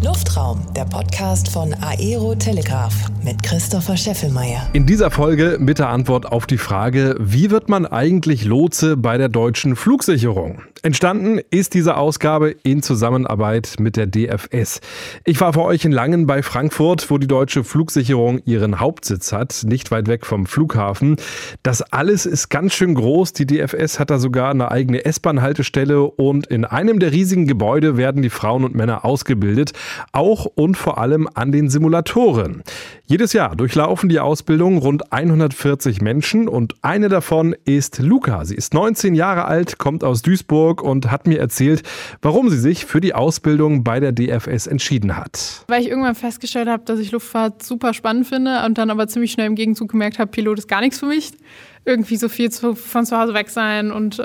Luftraum, der Podcast von Aero Telegraph mit Christopher Scheffelmeier. In dieser Folge mit der Antwort auf die Frage, wie wird man eigentlich Lotse bei der deutschen Flugsicherung? Entstanden ist diese Ausgabe in Zusammenarbeit mit der DFS. Ich war für euch in Langen bei Frankfurt, wo die deutsche Flugsicherung ihren Hauptsitz hat, nicht weit weg vom Flughafen. Das alles ist ganz schön groß. Die DFS hat da sogar eine eigene S-Bahn-Haltestelle und in einem der riesigen Gebäude werden die Frauen und Männer ausgebildet. Auch und vor allem an den Simulatoren. Jedes Jahr durchlaufen die Ausbildung rund 140 Menschen und eine davon ist Luca. Sie ist 19 Jahre alt, kommt aus Duisburg und hat mir erzählt, warum sie sich für die Ausbildung bei der DFS entschieden hat. Weil ich irgendwann festgestellt habe, dass ich Luftfahrt super spannend finde und dann aber ziemlich schnell im Gegenzug gemerkt habe, Pilot ist gar nichts für mich. Irgendwie so viel von zu Hause weg sein und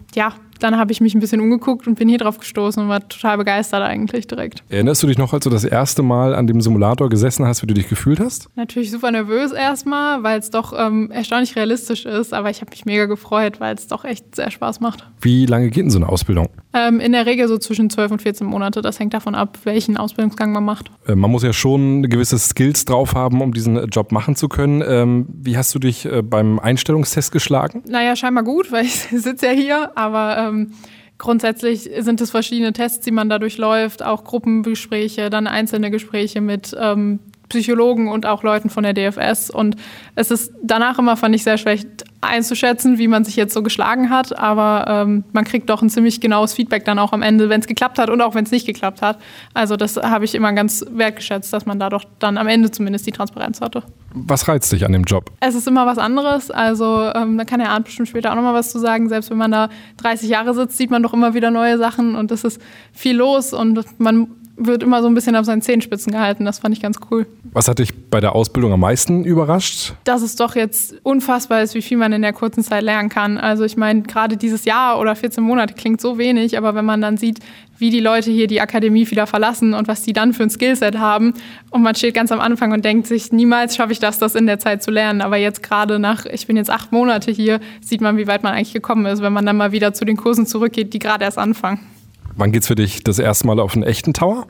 dann habe ich mich ein bisschen umgeguckt und bin hier drauf gestoßen und war total begeistert eigentlich direkt. Erinnerst du dich noch, als du das erste Mal an dem Simulator gesessen hast, wie du dich gefühlt hast? Natürlich super nervös erstmal, weil es doch erstaunlich realistisch ist, aber ich habe mich mega gefreut, weil es doch echt sehr Spaß macht. Wie lange geht denn so eine Ausbildung? In der Regel so zwischen 12 und 14 Monate. Das hängt davon ab, welchen Ausbildungsgang man macht. Man muss ja schon gewisse Skills drauf haben, um diesen Job machen zu können. Wie hast du dich beim Einstellungstest geschlagen? Naja, scheinbar gut, weil ich sitze ja hier, aber grundsätzlich sind es verschiedene Tests, die man da durchläuft, auch Gruppengespräche, dann einzelne Gespräche mit Psychologen und auch Leuten von der DFS. Und es ist danach immer, fand ich, sehr schlecht einzuschätzen, wie man sich jetzt so geschlagen hat. Aber man kriegt doch ein ziemlich genaues Feedback dann auch am Ende, wenn es geklappt hat und auch wenn es nicht geklappt hat. Also das habe ich immer ganz wertgeschätzt, dass man da doch dann am Ende zumindest die Transparenz hatte. Was reizt dich an dem Job? Es ist immer was anderes. Also da kann der Arndt bestimmt später auch noch mal was zu sagen. Selbst wenn man da 30 Jahre sitzt, sieht man doch immer wieder neue Sachen und es ist viel los und man wird immer so ein bisschen auf seinen Zehenspitzen gehalten. Das fand ich ganz cool. Was hat dich bei der Ausbildung am meisten überrascht? Dass es doch jetzt unfassbar ist, wie viel man in der kurzen Zeit lernen kann. Also ich meine, gerade dieses Jahr oder 14 Monate klingt so wenig, aber wenn man dann sieht, wie die Leute hier die Akademie wieder verlassen und was die dann für ein Skillset haben und man steht ganz am Anfang und denkt sich, niemals schaffe ich das in der Zeit zu lernen. Aber jetzt gerade ich bin jetzt 8 Monate hier, sieht man, wie weit man eigentlich gekommen ist, wenn man dann mal wieder zu den Kursen zurückgeht, die gerade erst anfangen. Wann geht's für dich das erste Mal auf einen echten Tower?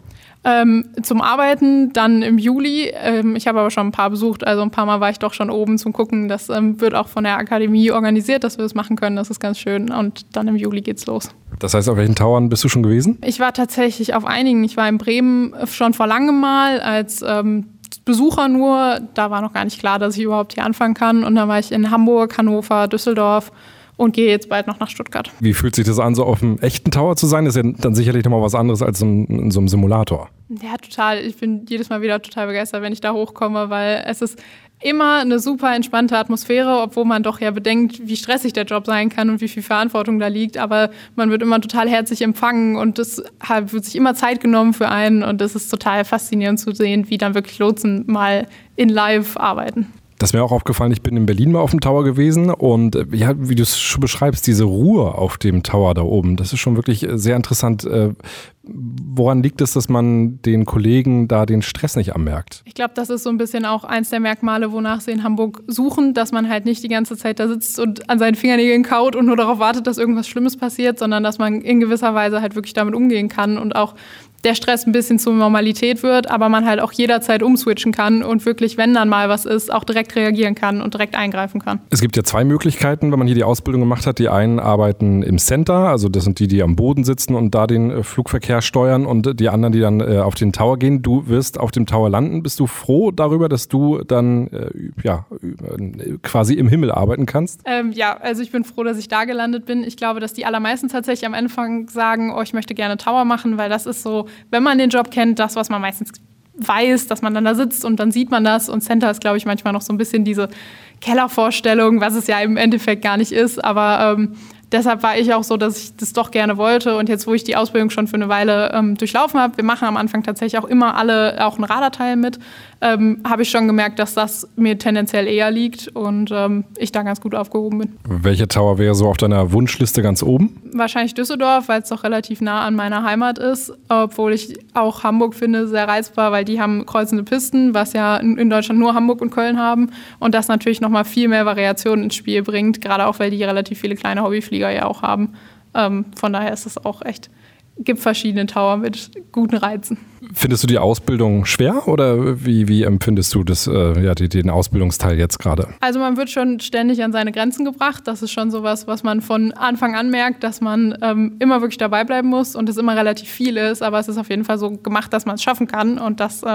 Zum Arbeiten dann im Juli. Ich habe aber schon ein paar besucht, also ein paar Mal war ich doch schon oben zum Gucken. Das wird auch von der Akademie organisiert, dass wir das machen können. Das ist ganz schön und dann im Juli geht's los. Das heißt, auf welchen Towern bist du schon gewesen? Ich war tatsächlich auf einigen. Ich war in Bremen schon vor langem mal als Besucher nur. Da war noch gar nicht klar, dass ich überhaupt hier anfangen kann. Und dann war ich in Hamburg, Hannover, Düsseldorf und gehe jetzt bald noch nach Stuttgart. Wie fühlt sich das an, so auf einem echten Tower zu sein? Das ist ja dann sicherlich nochmal was anderes als in so einem Simulator. Ja, total. Ich bin jedes Mal wieder total begeistert, wenn ich da hochkomme, weil es ist immer eine super entspannte Atmosphäre, obwohl man doch ja bedenkt, wie stressig der Job sein kann und wie viel Verantwortung da liegt. Aber man wird immer total herzlich empfangen und es wird sich immer Zeit genommen für einen. Und es ist total faszinierend zu sehen, wie dann wirklich Lotsen mal in live arbeiten. Das ist mir auch aufgefallen, ich bin in Berlin mal auf dem Tower gewesen und ja, wie du es schon beschreibst, diese Ruhe auf dem Tower da oben, das ist schon wirklich sehr interessant. Woran liegt es, dass man den Kollegen da den Stress nicht anmerkt? Ich glaube, das ist so ein bisschen auch eins der Merkmale, wonach sie in Hamburg suchen, dass man halt nicht die ganze Zeit da sitzt und an seinen Fingernägeln kaut und nur darauf wartet, dass irgendwas Schlimmes passiert, sondern dass man in gewisser Weise halt wirklich damit umgehen kann und auch der Stress ein bisschen zur Normalität wird, aber man halt auch jederzeit umswitchen kann und wirklich, wenn dann mal was ist, auch direkt reagieren kann und direkt eingreifen kann. Es gibt ja 2 Möglichkeiten, wenn man hier die Ausbildung gemacht hat. Die einen arbeiten im Center, also das sind die am Boden sitzen und da den Flugverkehr steuern und die anderen, die dann auf den Tower gehen. Du wirst auf dem Tower landen. Bist du froh darüber, dass du dann quasi im Himmel arbeiten kannst? Ja, also ich bin froh, dass ich da gelandet bin. Ich glaube, dass die allermeisten tatsächlich am Anfang sagen, ich möchte gerne Tower machen, weil das ist so, wenn man den Job kennt, das, was man meistens weiß, dass man dann da sitzt und dann sieht man das. Und Center ist, glaube ich, manchmal noch so ein bisschen diese Kellervorstellung, was es ja im Endeffekt gar nicht ist. Aber deshalb war ich auch so, dass ich das doch gerne wollte. Und jetzt, wo ich die Ausbildung schon für eine Weile durchlaufen habe, wir machen am Anfang tatsächlich auch immer alle auch ein Radarteil mit, habe ich schon gemerkt, dass das mir tendenziell eher liegt und ich da ganz gut aufgehoben bin. Welcher Tower wäre so auf deiner Wunschliste ganz oben? Wahrscheinlich Düsseldorf, weil es doch relativ nah an meiner Heimat ist, obwohl ich auch Hamburg finde sehr reizbar, weil die haben kreuzende Pisten, was ja in Deutschland nur Hamburg und Köln haben und das natürlich nochmal viel mehr Variation ins Spiel bringt, gerade auch, weil die relativ viele kleine Hobbyflieger ja auch haben. Von daher ist es auch echt gibt verschiedene Tower mit guten Reizen. Findest du die Ausbildung schwer oder wie empfindest du das, den Ausbildungsteil jetzt gerade? Also man wird schon ständig an seine Grenzen gebracht. Das ist schon sowas, was man von Anfang an merkt, dass man immer wirklich dabei bleiben muss und es immer relativ viel ist. Aber es ist auf jeden Fall so gemacht, dass man es schaffen kann und dass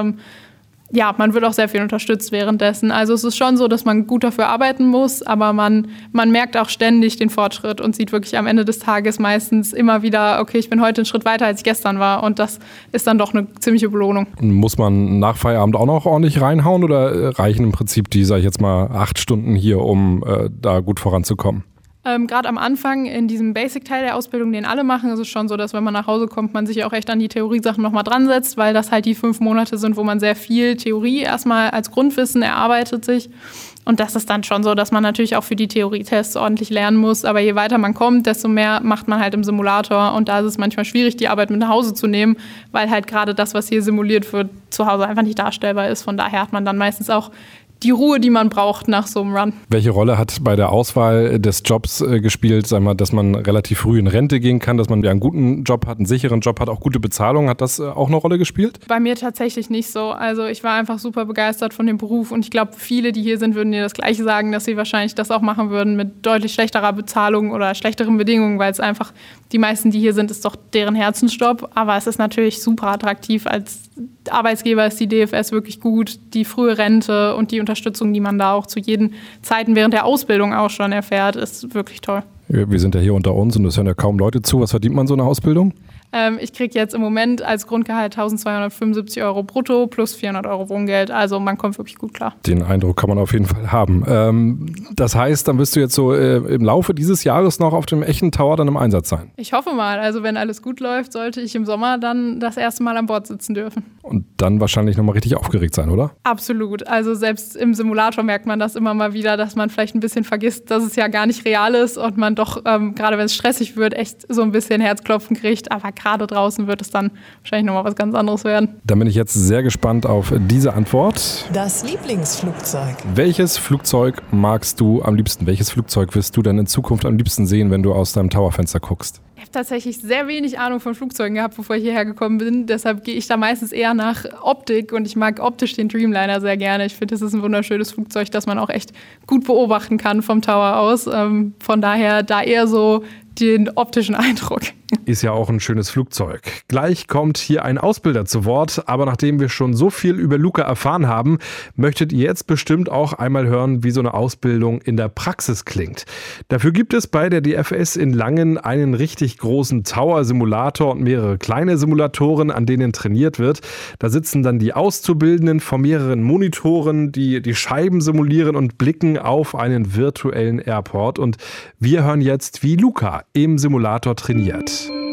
man wird auch sehr viel unterstützt währenddessen. Also es ist schon so, dass man gut dafür arbeiten muss, aber man merkt auch ständig den Fortschritt und sieht wirklich am Ende des Tages meistens immer wieder, okay, ich bin heute einen Schritt weiter, als ich gestern war. Und das ist dann doch eine ziemliche Belohnung. Muss man nach Feierabend auch noch ordentlich reinhauen oder reichen im Prinzip die, sag ich jetzt mal, 8 Stunden hier, um da gut voranzukommen? Gerade am Anfang in diesem Basic-Teil der Ausbildung, den alle machen, ist es schon so, dass wenn man nach Hause kommt, man sich auch echt an die Theoriesachen nochmal dran setzt, weil das halt die 5 Monate sind, wo man sehr viel Theorie erstmal als Grundwissen erarbeitet sich. Und das ist dann schon so, dass man natürlich auch für die Theorietests ordentlich lernen muss. Aber je weiter man kommt, desto mehr macht man halt im Simulator. Und da ist es manchmal schwierig, die Arbeit mit nach Hause zu nehmen, weil halt gerade das, was hier simuliert wird, zu Hause einfach nicht darstellbar ist. Von daher hat man dann meistens auch die Ruhe, die man braucht nach so einem Run. Welche Rolle hat bei der Auswahl des Jobs gespielt, sag mal, dass man relativ früh in Rente gehen kann, dass man ja einen guten Job hat, einen sicheren Job hat, auch gute Bezahlung? Hat das auch eine Rolle gespielt? Bei mir tatsächlich nicht so. Also ich war einfach super begeistert von dem Beruf und ich glaube, viele, die hier sind, würden dir das Gleiche sagen, dass sie wahrscheinlich das auch machen würden mit deutlich schlechterer Bezahlung oder schlechteren Bedingungen, weil es einfach, die meisten, die hier sind, ist doch deren Herzensjob. Aber es ist natürlich super attraktiv. Als Arbeitsgeber ist die DFS wirklich gut. Die frühe Rente und die Unterstützung, die man da auch zu jeden Zeiten während der Ausbildung auch schon erfährt, ist wirklich toll. Wir sind ja hier unter uns und es hören ja kaum Leute zu. Was verdient man so eine Ausbildung? Ich kriege jetzt im Moment als Grundgehalt 1.275 € brutto plus 400 € Wohngeld. Also man kommt wirklich gut klar. Den Eindruck kann man auf jeden Fall haben. Das heißt, dann wirst du jetzt so im Laufe dieses Jahres noch auf dem echten Tower dann im Einsatz sein? Ich hoffe mal. Also wenn alles gut läuft, sollte ich im Sommer dann das erste Mal an Bord sitzen dürfen. Und dann wahrscheinlich nochmal richtig aufgeregt sein, oder? Absolut. Also selbst im Simulator merkt man das immer mal wieder, dass man vielleicht ein bisschen vergisst, dass es ja gar nicht real ist und man doch, gerade wenn es stressig wird, echt so ein bisschen Herzklopfen kriegt. Aber gerade draußen wird es dann wahrscheinlich nochmal was ganz anderes werden. Dann bin ich jetzt sehr gespannt auf diese Antwort. Das Lieblingsflugzeug. Welches Flugzeug magst du am liebsten? Welches Flugzeug wirst du denn in Zukunft am liebsten sehen, wenn du aus deinem Towerfenster guckst? Ich habe tatsächlich sehr wenig Ahnung von Flugzeugen gehabt, bevor ich hierher gekommen bin. Deshalb gehe ich da meistens eher nach Optik und ich mag optisch den Dreamliner sehr gerne. Ich finde, das ist ein wunderschönes Flugzeug, das man auch echt gut beobachten kann vom Tower aus. Von daher da eher so den optischen Eindruck. Ist ja auch ein schönes Flugzeug. Gleich kommt hier ein Ausbilder zu Wort, aber nachdem wir schon so viel über Luca erfahren haben, möchtet ihr jetzt bestimmt auch einmal hören, wie so eine Ausbildung in der Praxis klingt. Dafür gibt es bei der DFS in Langen einen richtig großen Tower-Simulator und mehrere kleine Simulatoren, an denen trainiert wird. Da sitzen dann die Auszubildenden vor mehreren Monitoren, die die Scheiben simulieren und blicken auf einen virtuellen Airport. Und wir hören jetzt, wie Luca im Simulator trainiert.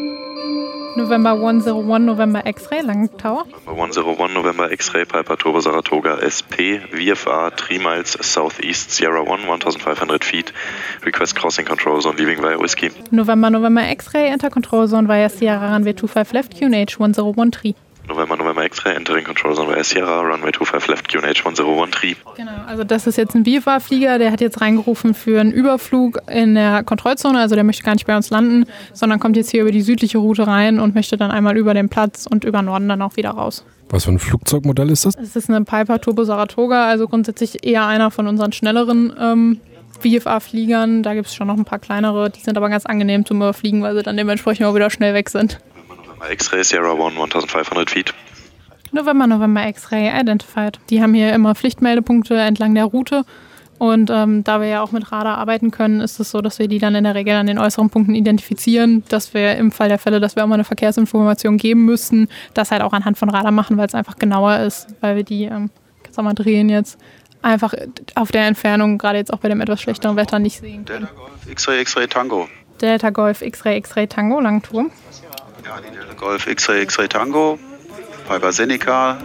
November 101, November X-Ray, Langen Tower. November 101, November X-Ray, Piper Turbo Saratoga SP, VFR 3 miles Southeast Sierra 1, 1500 feet, request crossing control zone, leaving via Whiskey. November X-Ray, enter control zone via Sierra, runway 25 left, QNH 1013. November X-Ray, entering control zone via Sierra, runway 25 left, QNH 1013. Genau, also das ist jetzt ein VFR-Flieger, der hat jetzt reingerufen für einen Überflug in der Kontrollzone, also der möchte gar nicht bei uns landen, sondern kommt jetzt hier über die südliche Route rein und möchte dann einmal über den Platz und über Norden dann auch wieder raus. Was für ein Flugzeugmodell ist das? Es ist eine Piper Turbo Saratoga, also grundsätzlich eher einer von unseren schnelleren VFR-Fliegern. Da gibt es schon noch ein paar kleinere, die sind aber ganz angenehm zum Überfliegen, weil sie dann dementsprechend auch wieder schnell weg sind. X-Ray Sierra 1, 1500 feet. November X-Ray identified. Die haben hier immer Pflichtmeldepunkte entlang der Route. Und da wir ja auch mit Radar arbeiten können, ist es so, dass wir die dann in der Regel an den äußeren Punkten identifizieren, dass wir im Fall der Fälle, dass wir auch mal eine Verkehrsinformation geben müssten, das halt auch anhand von Radar machen, weil es einfach genauer ist, weil wir die, kannst du mal drehen jetzt, einfach auf der Entfernung, gerade jetzt auch bei dem etwas schlechteren Wetter, nicht sehen können. Delta Golf X-Ray X-Ray Tango. Delta Golf X-Ray X-Ray Tango, Langtour. Ja, die Delta Golf X-Ray X-Ray Tango, Piper Seneca,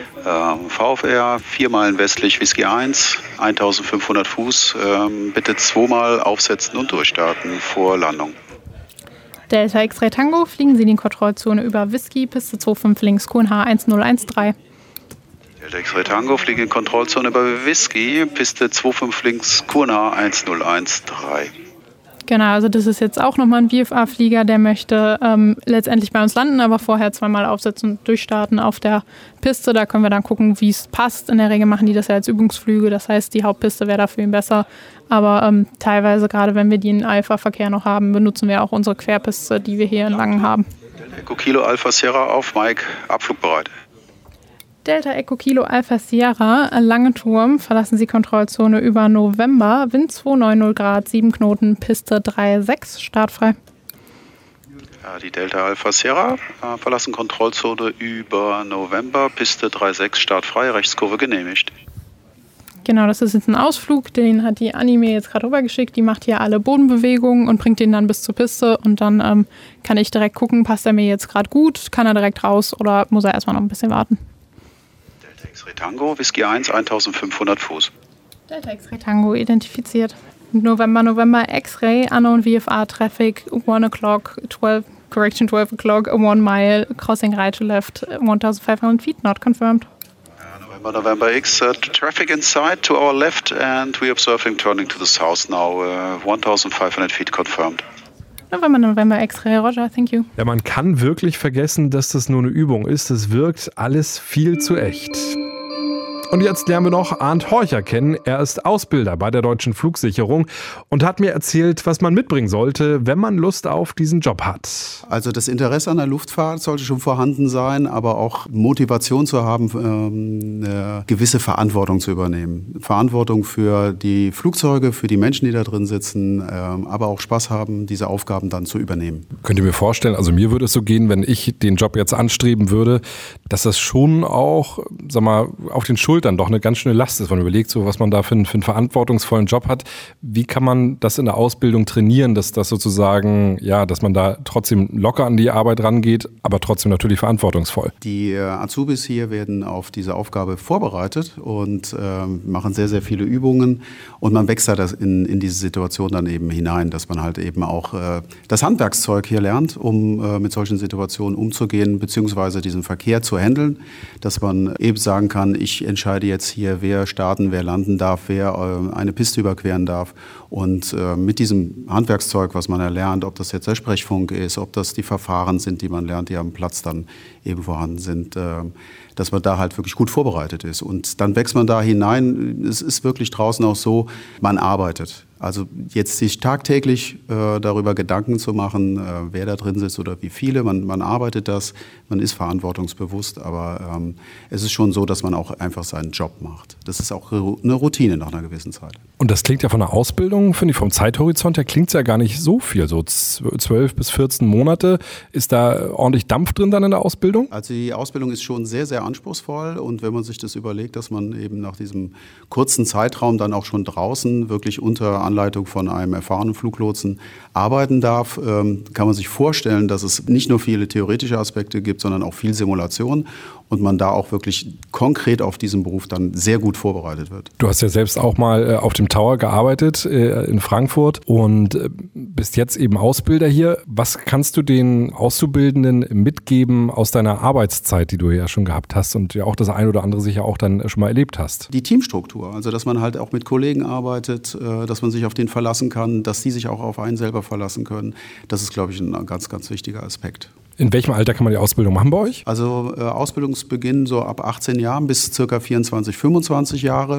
VFR, 4 Meilen westlich Whiskey 1, 1500 Fuß, bitte 2-mal aufsetzen und durchstarten vor Landung. Delta X-Ray Tango, fliegen Sie die Kontrollzone über Whiskey, Piste 25 links, QNH 1013. Delta X-Ray Tango, fliege in Kontrollzone über Whiskey, Piste 25 links, QNH 1013. Genau, also das ist jetzt auch nochmal ein VFA-Flieger, der möchte letztendlich bei uns landen, aber vorher 2-mal aufsetzen und durchstarten auf der Piste. Da können wir dann gucken, wie es passt. In der Regel machen die das ja als Übungsflüge, das heißt, die Hauptpiste wäre dafür besser. Aber teilweise, gerade wenn wir die in Alpha-Verkehr noch haben, benutzen wir auch unsere Querpiste, die wir hier in Langen haben. Echo Kilo Alpha Sierra auf Mike, abflugbereit. Delta Echo Kilo Alpha Sierra, Langenturm, verlassen Sie Kontrollzone über November, Wind 290 Grad, 7 Knoten, Piste 36, startfrei. Ja, die Delta Alpha Sierra verlassen Kontrollzone über November, Piste 36, startfrei, Rechtskurve genehmigt. Genau, das ist jetzt ein Ausflug, den hat die Anime jetzt gerade rübergeschickt. Die macht hier alle Bodenbewegungen und bringt den dann bis zur Piste. Und dann kann ich direkt gucken, passt er mir jetzt gerade gut, kann er direkt raus oder muss er erstmal noch ein bisschen warten. Delta X-Ray Tango, Whisky 1, 1500 Fuß. Delta X-Ray Tango identifiziert. November X-Ray, unknown VFR Traffic, 1 o'clock, 12 o'clock, 1 mile, crossing right to left, 1500 feet, not confirmed. November X, traffic inside to our left and we observing turning to the south now, 1500 feet confirmed. November X-Ray, Roger, thank you. Ja, man kann wirklich vergessen, dass das nur eine Übung ist. Es wirkt alles viel zu echt. Und jetzt lernen wir noch Arndt Horcher kennen. Er ist Ausbilder bei der Deutschen Flugsicherung und hat mir erzählt, was man mitbringen sollte, wenn man Lust auf diesen Job hat. Also das Interesse an der Luftfahrt sollte schon vorhanden sein, aber auch Motivation zu haben, eine gewisse Verantwortung zu übernehmen. Verantwortung für die Flugzeuge, für die Menschen, die da drin sitzen, aber auch Spaß haben, diese Aufgaben dann zu übernehmen. Könnt ihr mir vorstellen, also mir würde es so gehen, wenn ich den Job jetzt anstreben würde, dass das schon auch, sag mal, auf den Schultern doch eine ganz schöne Last ist, wenn man überlegt, so was man da für einen verantwortungsvollen Job hat. Wie kann man das in der Ausbildung trainieren, dass das sozusagen, ja, dass man da trotzdem locker an die Arbeit rangeht, aber trotzdem natürlich verantwortungsvoll? Die Azubis hier werden auf diese Aufgabe vorbereitet und machen sehr, sehr viele Übungen und man wächst da in diese Situation dann eben hinein, dass man halt eben auch das Handwerkszeug hier lernt, um mit solchen Situationen umzugehen, beziehungsweise diesen Verkehr zu handeln, dass man eben sagen kann, ich entscheide jetzt hier, wer starten, wer landen darf, wer eine Piste überqueren darf. Und mit diesem Handwerkszeug, was man erlernt, ob das jetzt der Sprechfunk ist, ob das die Verfahren sind, die man lernt, die am Platz dann eben vorhanden sind, dass man da halt wirklich gut vorbereitet ist. Und dann wächst man da hinein. Es ist wirklich draußen auch so, man arbeitet. Also jetzt sich tagtäglich darüber Gedanken zu machen, wer da drin sitzt oder wie viele, man arbeitet das, man ist verantwortungsbewusst, aber es ist schon so, dass man auch einfach seinen Job macht. Das ist auch eine Routine nach einer gewissen Zeit. Und das klingt ja von der Ausbildung, finde ich, vom Zeithorizont her klingt es ja gar nicht so viel, so 12 bis 14 Monate. Ist da ordentlich Dampf drin dann in der Ausbildung? Also die Ausbildung ist schon sehr, sehr anspruchsvoll und wenn man sich das überlegt, dass man eben nach diesem kurzen Zeitraum dann auch schon draußen wirklich unter Anleitung von einem erfahrenen Fluglotsen arbeiten darf, kann man sich vorstellen, dass es nicht nur viele theoretische Aspekte gibt, sondern auch viel Simulation und man da auch wirklich konkret auf diesen Beruf dann sehr gut vorbereitet wird. Du hast ja selbst auch mal auf dem Tower gearbeitet in Frankfurt und bist jetzt eben Ausbilder hier. Was kannst du den Auszubildenden mitgeben aus deiner Arbeitszeit, die du ja schon gehabt hast und ja auch das ein oder andere sicher auch dann schon mal erlebt hast? Die Teamstruktur, also dass man halt auch mit Kollegen arbeitet, dass man sich auf den verlassen kann, dass die sich auch auf einen selber verlassen können. Das ist, glaube ich, ein ganz, ganz wichtiger Aspekt. In welchem Alter kann man die Ausbildung machen bei euch? Also Ausbildungsbeginn so ab 18 Jahren bis ca. 24, 25 Jahre.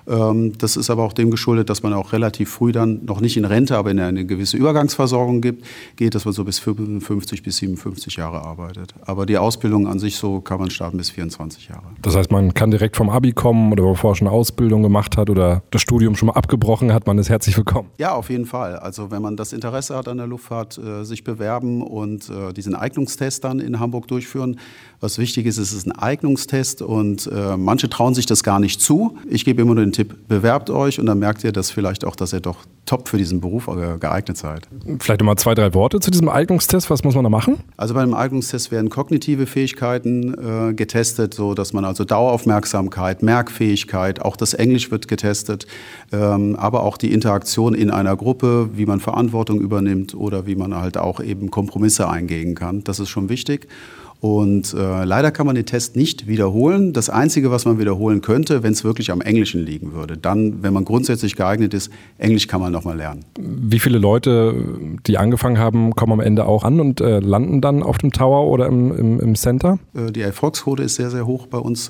Das ist aber auch dem geschuldet, dass man auch relativ früh dann noch nicht in Rente, aber in eine gewisse Übergangsversorgung geht, dass man so bis 55 bis 57 Jahre arbeitet. Aber die Ausbildung an sich so kann man starten bis 24 Jahre. Das heißt, man kann direkt vom Abi kommen oder bevor schon eine Ausbildung gemacht hat oder das Studium schon mal abgebrochen hat, man ist herzlich willkommen. Ja, auf jeden Fall. Also wenn man das Interesse hat an der Luftfahrt, sich bewerben und diesen Eignungstest dann in Hamburg durchführen. Was wichtig ist, es ist ein Eignungstest und manche trauen sich das gar nicht zu. Ich gebe immer nur den Tipp, bewerbt euch und dann merkt ihr das vielleicht auch, dass ihr doch top für diesen Beruf geeignet seid. Vielleicht nochmal 2, 3 Worte zu diesem Eignungstest. Was muss man da machen? Also bei einem Eignungstest werden kognitive Fähigkeiten getestet, so dass man also Daueraufmerksamkeit, Merkfähigkeit, auch das Englisch wird getestet, aber auch die Interaktion in einer Gruppe, wie man Verantwortung übernimmt oder wie man halt auch eben Kompromisse eingehen kann. Das ist schon wichtig. Und leider kann man den Test nicht wiederholen. Das Einzige, was man wiederholen könnte, wenn es wirklich am Englischen liegen würde. Dann, wenn man grundsätzlich geeignet ist, Englisch kann man nochmal lernen. Wie viele Leute, die angefangen haben, kommen am Ende auch an und landen dann auf dem Tower oder im Center? Die Erfolgsquote ist sehr, sehr hoch bei uns.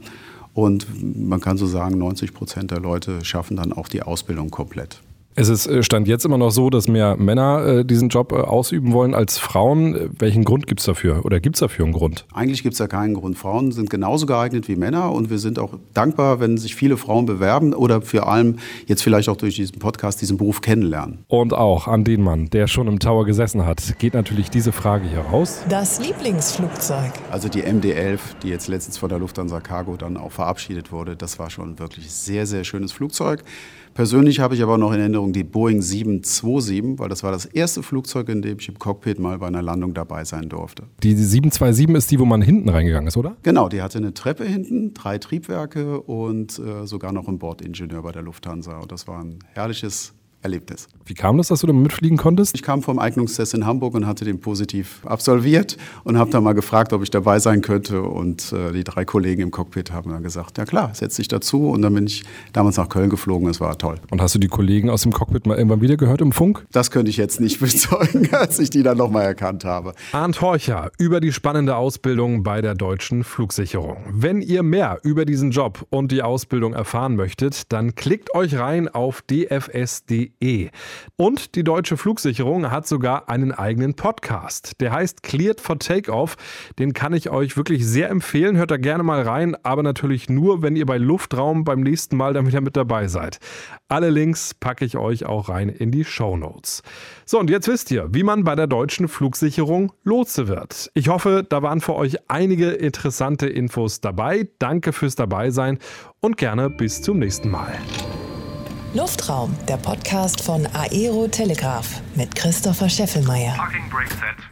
Und man kann so sagen, 90% der Leute schaffen dann auch die Ausbildung komplett. Es ist Stand jetzt immer noch so, dass mehr Männer diesen Job ausüben wollen als Frauen. Welchen Grund gibt es dafür? Oder gibt es dafür einen Grund? Eigentlich gibt es da keinen Grund. Frauen sind genauso geeignet wie Männer und wir sind auch dankbar, wenn sich viele Frauen bewerben oder vor allem jetzt vielleicht auch durch diesen Podcast diesen Beruf kennenlernen. Und auch an den Mann, der schon im Tower gesessen hat, geht natürlich diese Frage hier raus. Das Lieblingsflugzeug. Also die MD-11, die jetzt letztens von der Lufthansa Cargo dann auch verabschiedet wurde, das war schon wirklich sehr, sehr schönes Flugzeug. Persönlich habe ich aber noch in Erinnerung die Boeing 727, weil das war das erste Flugzeug, in dem ich im Cockpit mal bei einer Landung dabei sein durfte. Die 727 ist die, wo man hinten reingegangen ist, oder? Genau, die hatte eine Treppe hinten, 3 Triebwerke und sogar noch einen Bordingenieur bei der Lufthansa. Und das war ein herrliches Erlebnis. Wie kam das, dass du da mitfliegen konntest? Ich kam vom Eignungstest in Hamburg und hatte den positiv absolviert und habe dann mal gefragt, ob ich dabei sein könnte. Und die 3 Kollegen im Cockpit haben dann gesagt, ja klar, setz dich dazu. Und dann bin ich damals nach Köln geflogen, es war toll. Und hast du die Kollegen aus dem Cockpit mal irgendwann wieder gehört im Funk? Das könnte ich jetzt nicht bezeugen, als ich die dann nochmal erkannt habe. Arndt Horcher über die spannende Ausbildung bei der Deutschen Flugsicherung. Wenn ihr mehr über diesen Job und die Ausbildung erfahren möchtet, dann klickt euch rein auf dfs.de. Und die Deutsche Flugsicherung hat sogar einen eigenen Podcast. Der heißt Cleared for Takeoff. Den kann ich euch wirklich sehr empfehlen. Hört da gerne mal rein, aber natürlich nur, wenn ihr bei Luftraum beim nächsten Mal dann wieder mit dabei seid. Alle Links packe ich euch auch rein in die Shownotes. So, und jetzt wisst ihr, wie man bei der Deutschen Flugsicherung Lotse wird. Ich hoffe, da waren für euch einige interessante Infos dabei. Danke fürs Dabeisein und gerne bis zum nächsten Mal. Luftraum, der Podcast von Aero Telegraph mit Christopher Scheffelmeier. Parking brake set.